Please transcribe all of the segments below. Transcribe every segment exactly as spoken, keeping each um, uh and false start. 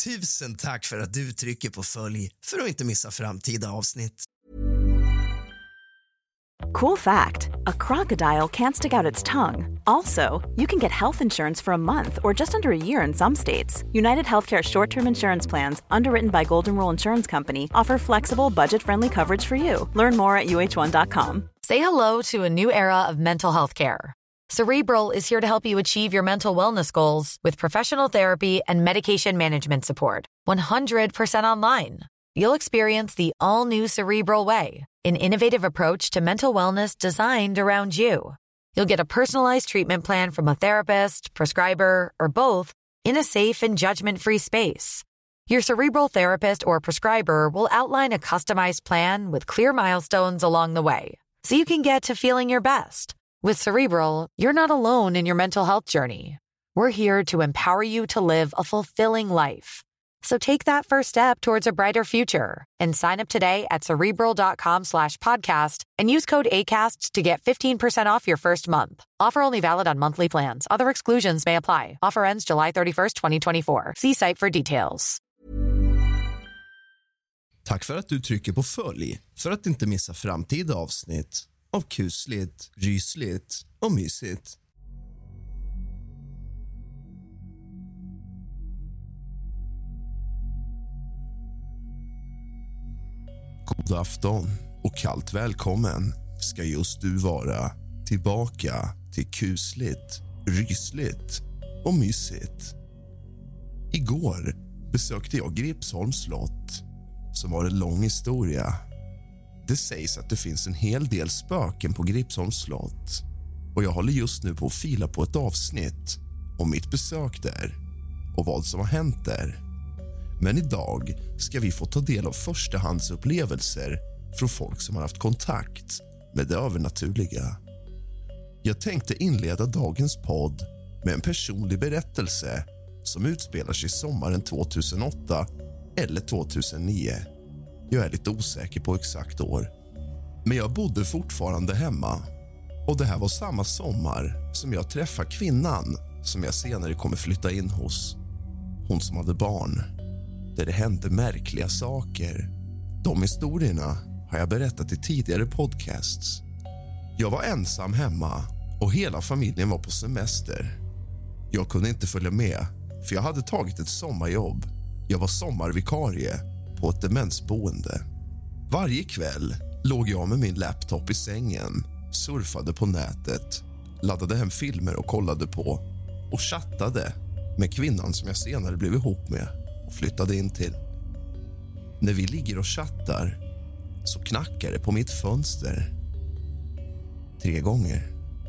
Tusen tack för att du trycker på följ för att inte missa framtida avsnitt. Cool fact, a crocodile can't stick out its tongue. Also, you can get health insurance for a month or just under a year in some states. United Healthcare short-term insurance plans, underwritten by Golden Rule Insurance Company, offer flexible, budget-friendly coverage for you. Learn more at U H one dot com. Say hello to a new era of mental health care. Cerebral is here to help you achieve your mental wellness goals with professional therapy and medication management support. one hundred percent online. You'll experience the all-new Cerebral Way, an innovative approach to mental wellness designed around you. You'll get a personalized treatment plan from a therapist, prescriber, or both in a safe and judgment-free space. Your Cerebral therapist or prescriber will outline a customized plan with clear milestones along the way, so you can get to feeling your best. With Cerebral, you're not alone in your mental health journey. We're here to empower you to live a fulfilling life. So take that first step towards a brighter future and sign up today at Cerebral.com slash podcast and use code ACAST to get fifteen percent off your first month. Offer only valid on monthly plans. Other exclusions may apply. Offer ends July thirty-first, twenty twenty-four. See site for details. Tack för att du trycker på följ för att inte missa framtida avsnitt av kusligt, rysligt och mysigt. God afton och kallt välkommen ska just du vara tillbaka till kusligt, rysligt och mysigt. Igår besökte jag Gripsholms slott som har en lång historia. Det sägs att det finns en hel del spöken på Gripsholms slott och jag håller just nu på att fila på ett avsnitt om mitt besök där och vad som har hänt där. Men idag ska vi få ta del av förstahandsupplevelser från folk som har haft kontakt med det övernaturliga. Jag tänkte inleda dagens podd med en personlig berättelse som utspelar sig sommaren tjugohundraåtta eller tjugohundranio. Jag är lite osäker på exakt år. Men jag bodde fortfarande hemma och det här var samma sommar som jag träffade kvinnan som jag senare kommer flytta in hos. Hon som hade barn. Där det hände märkliga saker. De historierna har jag berättat i tidigare podcasts. Jag var ensam hemma och hela familjen var på semester. Jag kunde inte följa med för jag hade tagit ett sommarjobb. Jag var sommarvikarie på ett demensboende. Varje kväll låg jag med min laptop i sängen, surfade på nätet, laddade hem filmer och kollade på och chattade med kvinnan som jag senare blev ihop med och flyttade in till. När vi ligger och chattar så knackar det på mitt fönster. Tre gånger.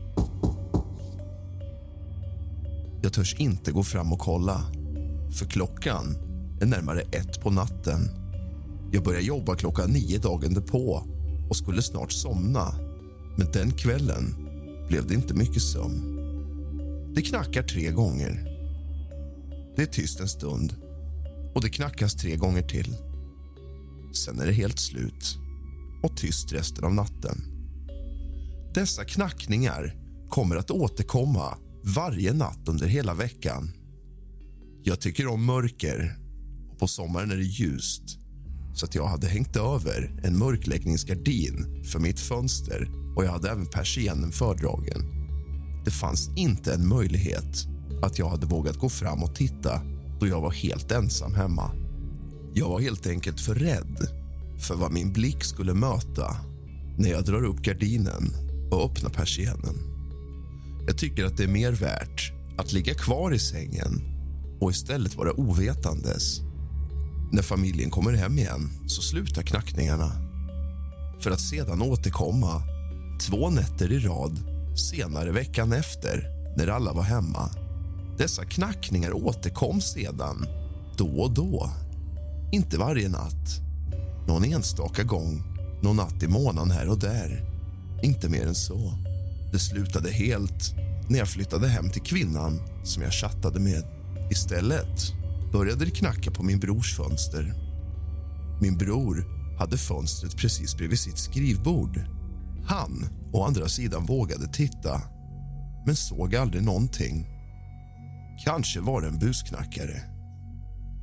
Jag törs inte gå fram och kolla, för klockan är närmare ett på natten. Jag börjar jobba klockan nio dagen därpå och skulle snart somna. Men den kvällen blev det inte mycket sömn. Det knackar tre gånger. Det är tyst en stund och det knackas tre gånger till. Sen är det helt slut och tyst resten av natten. Dessa knackningar kommer att återkomma varje natt under hela veckan. Jag tycker om mörker och på sommaren är det ljust, så att jag hade hängt över en mörkläggningsgardin för mitt fönster och jag hade även persiennen fördragen. Det fanns inte en möjlighet att jag hade vågat gå fram och titta då jag var helt ensam hemma. Jag var helt enkelt för rädd för vad min blick skulle möta när jag drar upp gardinen och öppnar persiennen. Jag tycker att det är mer värt att ligga kvar i sängen och istället vara ovetandes. När familjen kommer hem igen så slutar knackningarna, för att sedan återkomma två nätter i rad senare veckan efter när alla var hemma. Dessa knackningar återkom sedan då och då. Inte varje natt. Någon enstaka gång, någon natt i månaden här och där. Inte mer än så. Det slutade helt när jag flyttade hem till kvinnan som jag chattade med. Istället började det knacka på min brors fönster. Min bror hade fönstret precis bredvid sitt skrivbord. Han, å andra sidan, vågade titta, men såg aldrig någonting. Kanske var det en busknackare.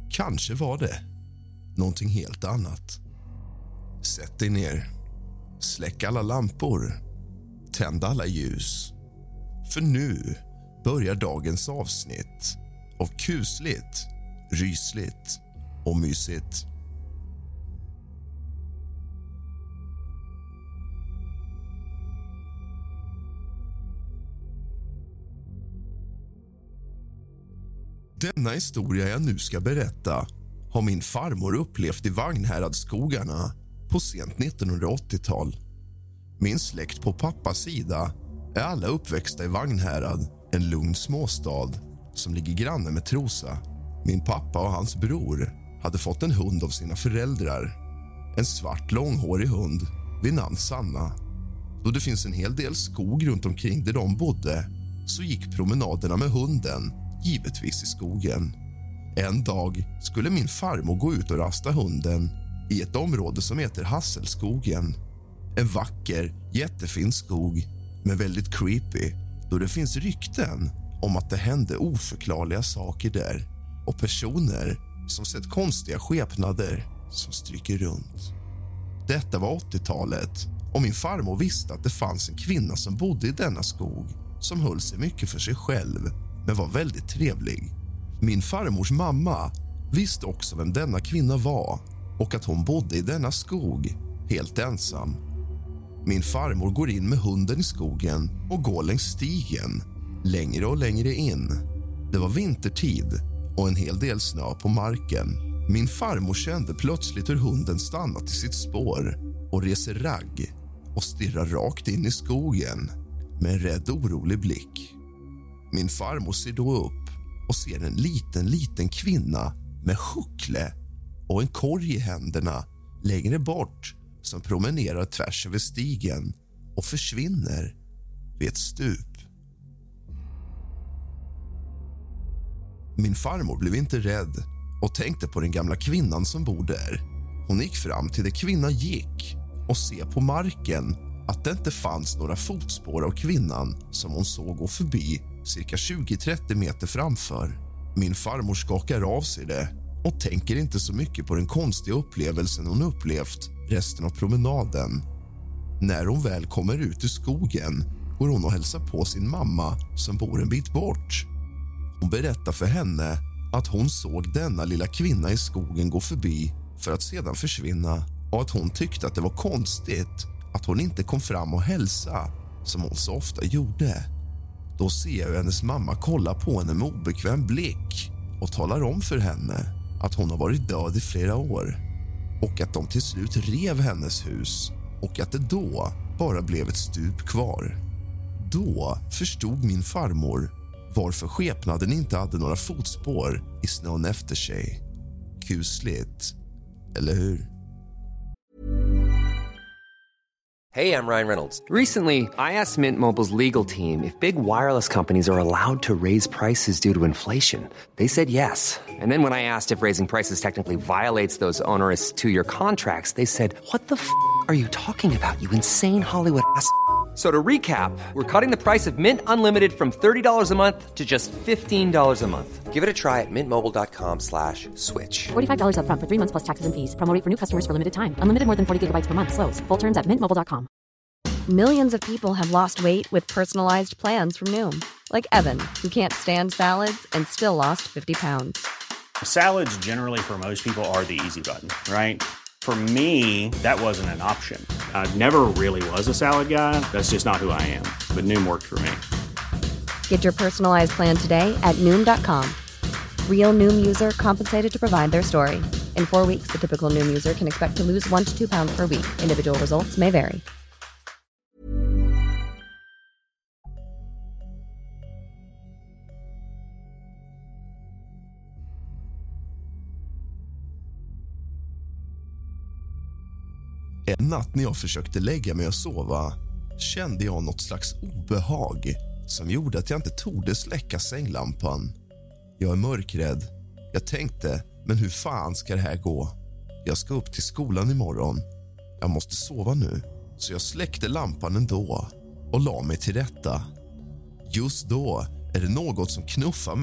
kanske var det någonting helt annat. Sätt dig ner, släck alla lampor, tänd alla ljus. För nu börjar dagens avsnitt av kusligt, rysligt och mysigt. Denna historia jag nu ska berätta har min farmor upplevt i Vagnhäradsskogarna på sent nittonhundraåttiotal. Min släkt på pappas sida är alla uppväxta i Vagnhärad, en lugn småstad som ligger granne med Trosa. Min pappa och hans bror hade fått en hund av sina föräldrar. En svart långhårig hund vid namn Sanna. Då det finns en hel del skog runt omkring där de bodde så gick promenaderna med hunden givetvis i skogen. En dag skulle min farmor gå ut och rasta hunden i ett område som heter Hasselskogen. En vacker, jättefin skog, men väldigt creepy då det finns rykten om att det hände oförklarliga saker där och personer som sett konstiga skepnader som stryker runt. Detta var åttiotalet och min farmor visste att det fanns en kvinna som bodde i denna skog som höll sig mycket för sig själv men var väldigt trevlig. Min farmors mamma visste också vem denna kvinna var och att hon bodde i denna skog helt ensam. Min farmor går in med hunden i skogen och går längs stigen längre och längre in. Det var vintertid och en hel del snö på marken. Min farmor kände plötsligt hur hunden stannat i sitt spår och reser ragg och stirrar rakt in i skogen med en rädd orolig blick. Min farmor ser då upp och ser en liten, liten kvinna med huckle och en korg i händerna längre bort som promenerar tvärs över stigen och försvinner vid ett stup. Min farmor blev inte rädd och tänkte på den gamla kvinnan som bor där. Hon gick fram till där kvinnan gick och se på marken att det inte fanns några fotspår av kvinnan som hon såg gå förbi cirka tjugo till trettio meter framför. Min farmor skakar av sig det och tänker inte så mycket på den konstiga upplevelsen hon upplevt resten av promenaden. När hon väl kommer ut ur skogen går hon och hälsar på sin mamma som bor en bit bort. Hon berättar för henne att hon såg denna lilla kvinna i skogen gå förbi för att sedan försvinna och att hon tyckte att det var konstigt att hon inte kom fram och hälsa som hon så ofta gjorde. Då ser jag hennes mamma kolla på henne med obekväm blick och talar om för henne att hon har varit död i flera år och att de till slut rev hennes hus och att det då bara blev ett stup kvar. Då förstod min farmor varför skepnaden inte hade några fotspår i snön efter sig. Kusligt, eller hur? Hey, I'm Ryan Reynolds. Recently, I asked Mint Mobile's legal team if big wireless companies are allowed to raise prices due to inflation. They said yes. And then when I asked if raising prices technically violates those onerous two-year contracts, they said, "What the f*** are you talking about, you insane Hollywood ass?" So to recap, we're cutting the price of Mint Unlimited from thirty dollars a month to just fifteen dollars a month. Give it a try at mintmobile.com slash switch. forty-five dollars up front for three months plus taxes and fees. Promo rate for new customers for limited time. Unlimited more than forty gigabytes per month. Slows full terms at mint mobile dot com. Millions of people have lost weight with personalized plans from Noom. Like Evan, who can't stand salads and still lost fifty pounds. Salads generally for most people are the easy button, right? For me, that wasn't an option. I never really was a salad guy. That's just not who I am. But Noom worked for me. Get your personalized plan today at Noom dot com. Real Noom user compensated to provide their story. In four weeks, the typical Noom user can expect to lose one to two pounds per week. Individual results may vary. En natt när jag försökte lägga mig och sova kände jag något slags obehag som gjorde att jag inte torde släcka sänglampan. Jag är mörkrädd. Jag tänkte, men hur fan ska det här gå? Jag ska upp till skolan imorgon. Jag måste sova nu. Så jag släckte lampan ändå och la mig till rätta. Just då är det något som knuffar mig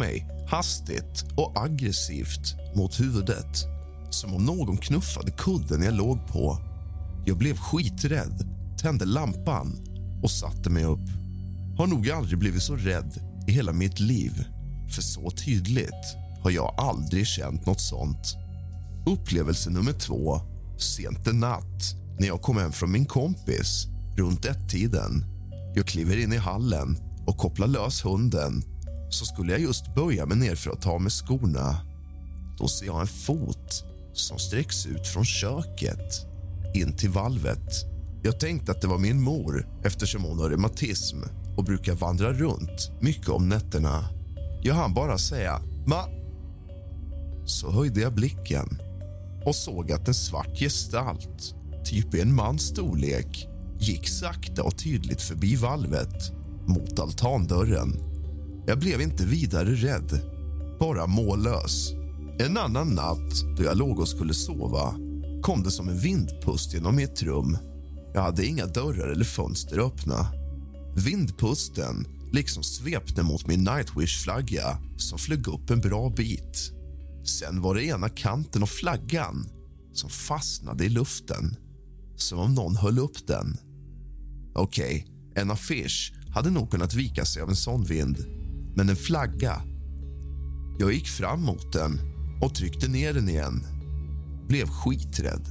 hastigt och aggressivt mot huvudet, som om någon knuffade kudden jag låg på. Jag blev skiträdd, tände lampan och satte mig upp. Har nog aldrig blivit så rädd i hela mitt liv, för så tydligt har jag aldrig känt något sånt. Upplevelse nummer två, sent en natt när jag kom hem från min kompis runt ett-tiden. Jag kliver in i hallen och kopplar lös hunden, så skulle jag just böja mig ner för att ta med skorna. Då ser jag en fot som sträcks ut från köket in till valvet. Jag tänkte att det var min mor eftersom hon har reumatism och brukar vandra runt mycket om nätterna. Jag hann bara säga "Ma". Så höjde jag blicken och såg att en svart gestalt, typ i en mans storlek, gick sakta och tydligt förbi valvet mot altandörren. Jag blev inte vidare rädd, bara mållös. En annan natt då jag låg och skulle sova kom det som en vindpust genom mitt rum. Jag hade inga dörrar eller fönster öppna. Vindpusten liksom svepte mot min Nightwish-flagga som flög upp en bra bit. Sen var det ena kanten av flaggan som fastnade i luften, som om någon höll upp den. Okej, okay, en affisch hade nog kunnat vika sig av en sån vind, men en flagga. Jag gick fram mot den och tryckte ner den igen. Blev skiträdd.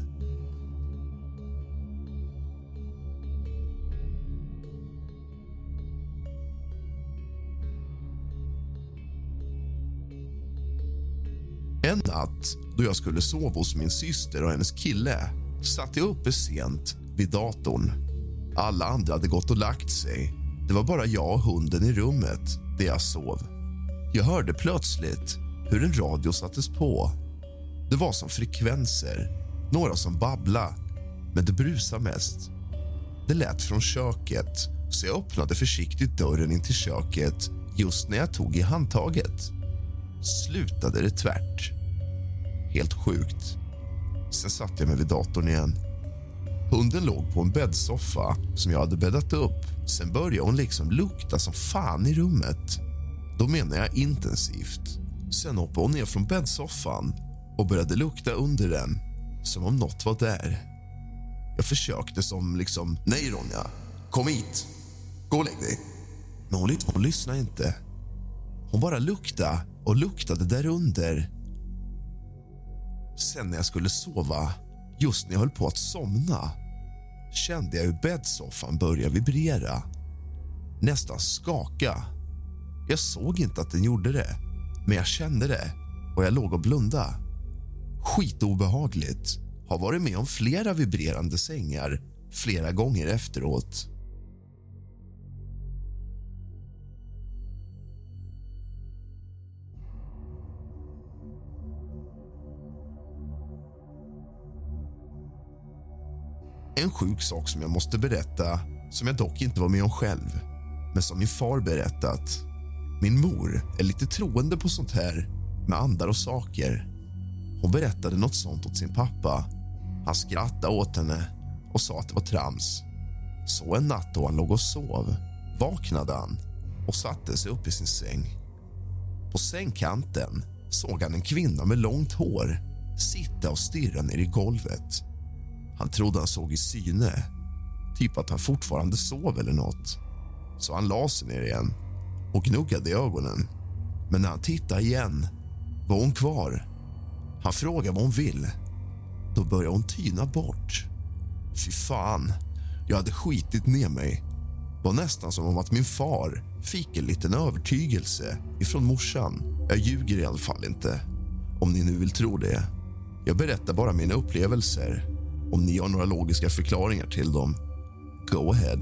En natt då jag skulle sova hos min syster och hennes kille satt jag uppe sent vid datorn. Alla andra hade gått och lagt sig. Det var bara jag och hunden i rummet där jag sov. Jag hörde plötsligt hur en radio sattes på. Det var som frekvenser, några som babbla, men det brusade mest. Det lät från köket, så jag öppnade försiktigt dörren in till köket just när jag tog i handtaget. Slutade det tvärt. Helt sjukt. Sen satt jag mig vid datorn igen. Hunden låg på en bäddsoffa som jag hade bäddat upp. Sen började hon liksom lukta som fan i rummet. Då menar jag intensivt. Sen hoppade hon ner från bäddsoffan och började lukta under den, som om något var där. Jag försökte som liksom, nej Ronja, kom hit. Gå och lägg dig. Men hon, hon lyssnade inte. Hon bara luktade och luktade där under. Sen när jag skulle sova, just när jag höll på att somna, kände jag hur bäddsoffan började vibrera. Nästan skaka. Jag såg inte att den gjorde det, men jag kände det och jag låg och blundade. Skitobehagligt. Har varit med om flera vibrerande sängar flera gånger efteråt. En sjuk sak som jag måste berätta, som jag dock inte var med om själv, men som min far berättat. Min mor är lite troende på sånt här med andar och saker. Hon berättade något sånt åt sin pappa. Han skrattade åt henne och sa att det var trams. Så en natt då han låg och sov vaknade han och satte sig upp i sin säng. På sängkanten såg han en kvinna med långt hår sitta och stirra ner i golvet. Han trodde han såg i syne, typ att han fortfarande sov eller något. Så han la sig ner igen och gnuggade i ögonen. Men när han tittade igen var hon kvar. Han frågade vad hon vill. Då började hon tyna bort. Fy fan, jag hade skitit ner mig. Var nästan som om att min far fick en liten övertygelse ifrån morsan. Jag ljuger i alla fall inte, om ni nu vill tro det. Jag berättar bara mina upplevelser. Om ni har några logiska förklaringar till dem, go ahead.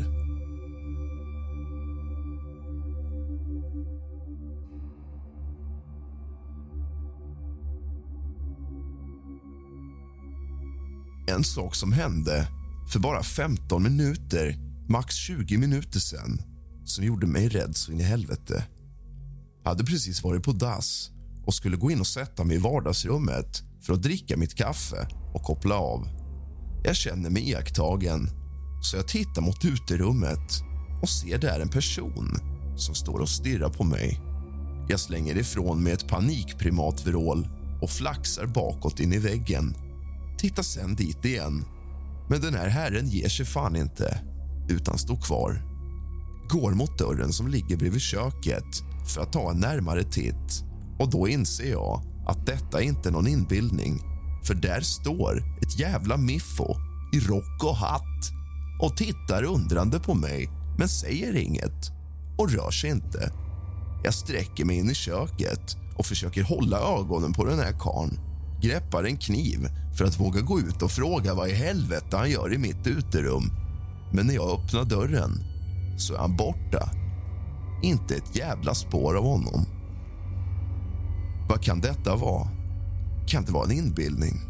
En sak som hände för bara femton minuter, max tjugo minuter sen, som gjorde mig rädd så in i helvete. Jag hade precis varit på dass och skulle gå in och sätta mig i vardagsrummet för att dricka mitt kaffe och koppla av. Jag känner mig iakttagen, så jag tittar mot uterummet och ser där en person som står och stirrar på mig. Jag slänger ifrån mig ett panikprimatvrål och flaxar bakåt in i väggen. Tittar sen dit igen. Men den här herren ger sig fan inte, utan står kvar. Går mot dörren som ligger bredvid köket för att ta en närmare titt. Och då inser jag att detta inte är någon inbildning. För där står ett jävla miffo i rock och hatt och tittar undrande på mig, men säger inget och rör sig inte. Jag sträcker mig in i köket och försöker hålla ögonen på den här karln. Greppar en kniv för att våga gå ut och fråga vad i helvete han gör i mitt uterum. Men när jag öppnar dörren så är han borta. Inte ett jävla spår av honom. Vad kan detta vara? Kan det vara en inbildning?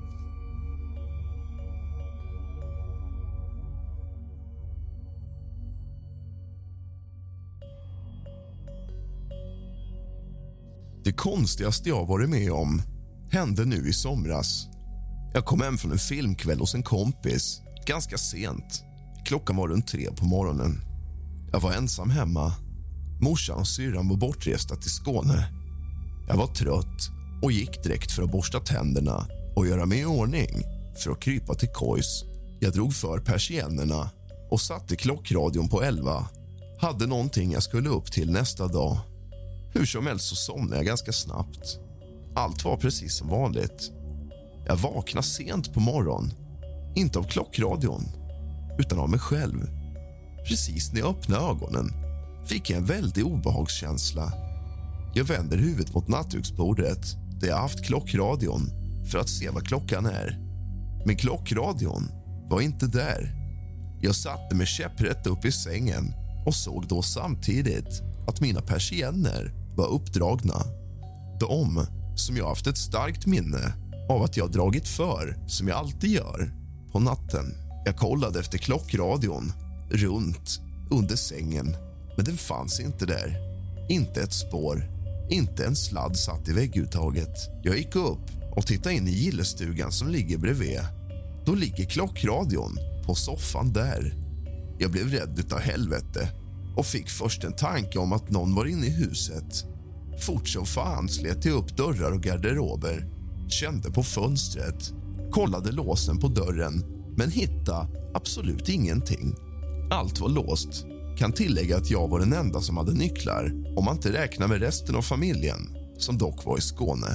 Det konstigaste jag varit med om hände nu i somras. Jag kom hem från en filmkväll hos en kompis ganska sent. Klockan var runt tre på morgonen. Jag var ensam hemma. Morsan och syrran var bortresta till Skåne. Jag var trött och gick direkt för att borsta tänderna och göra mig i ordning för att krypa till kojs. Jag drog för persiennerna och satte klockradion på elva. Hade någonting jag skulle upp till nästa dag. Hur som helst så somnade jag ganska snabbt. Allt var precis som vanligt. Jag vaknade sent på morgon. Inte av klockradion, utan av mig själv. Precis när jag öppnade ögonen fick jag en väldig obehagskänsla. Jag vänder huvudet mot nattduksbordet där jag haft klockradion för att se vad klockan är. Men klockradion var inte där. Jag satte mig käpprätt upp i sängen och såg då samtidigt att mina persienner var uppdragna. De som jag haft ett starkt minne av att jag dragit för, som jag alltid gör, på natten. Jag kollade efter klockradion runt under sängen, men den fanns inte där. Inte ett spår, inte en sladd satt i vägguttaget. Jag gick upp och tittade in i gillestugan som ligger bredvid. Då ligger klockradion på soffan där. Jag blev rädd utav helvete och fick först en tanke om att någon var inne i huset. Fort som fan slet jag upp dörrar och garderober. Kände på fönstret. Kollade låsen på dörren, men hittade absolut ingenting. Allt var låst. Kan tillägga att jag var den enda som hade nycklar, om man inte räknar med resten av familjen, som dock var i Skåne.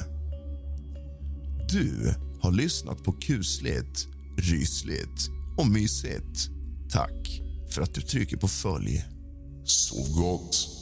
Du har lyssnat på kusligt, rysligt och mysigt. Tack för att du trycker på följ. Så gott.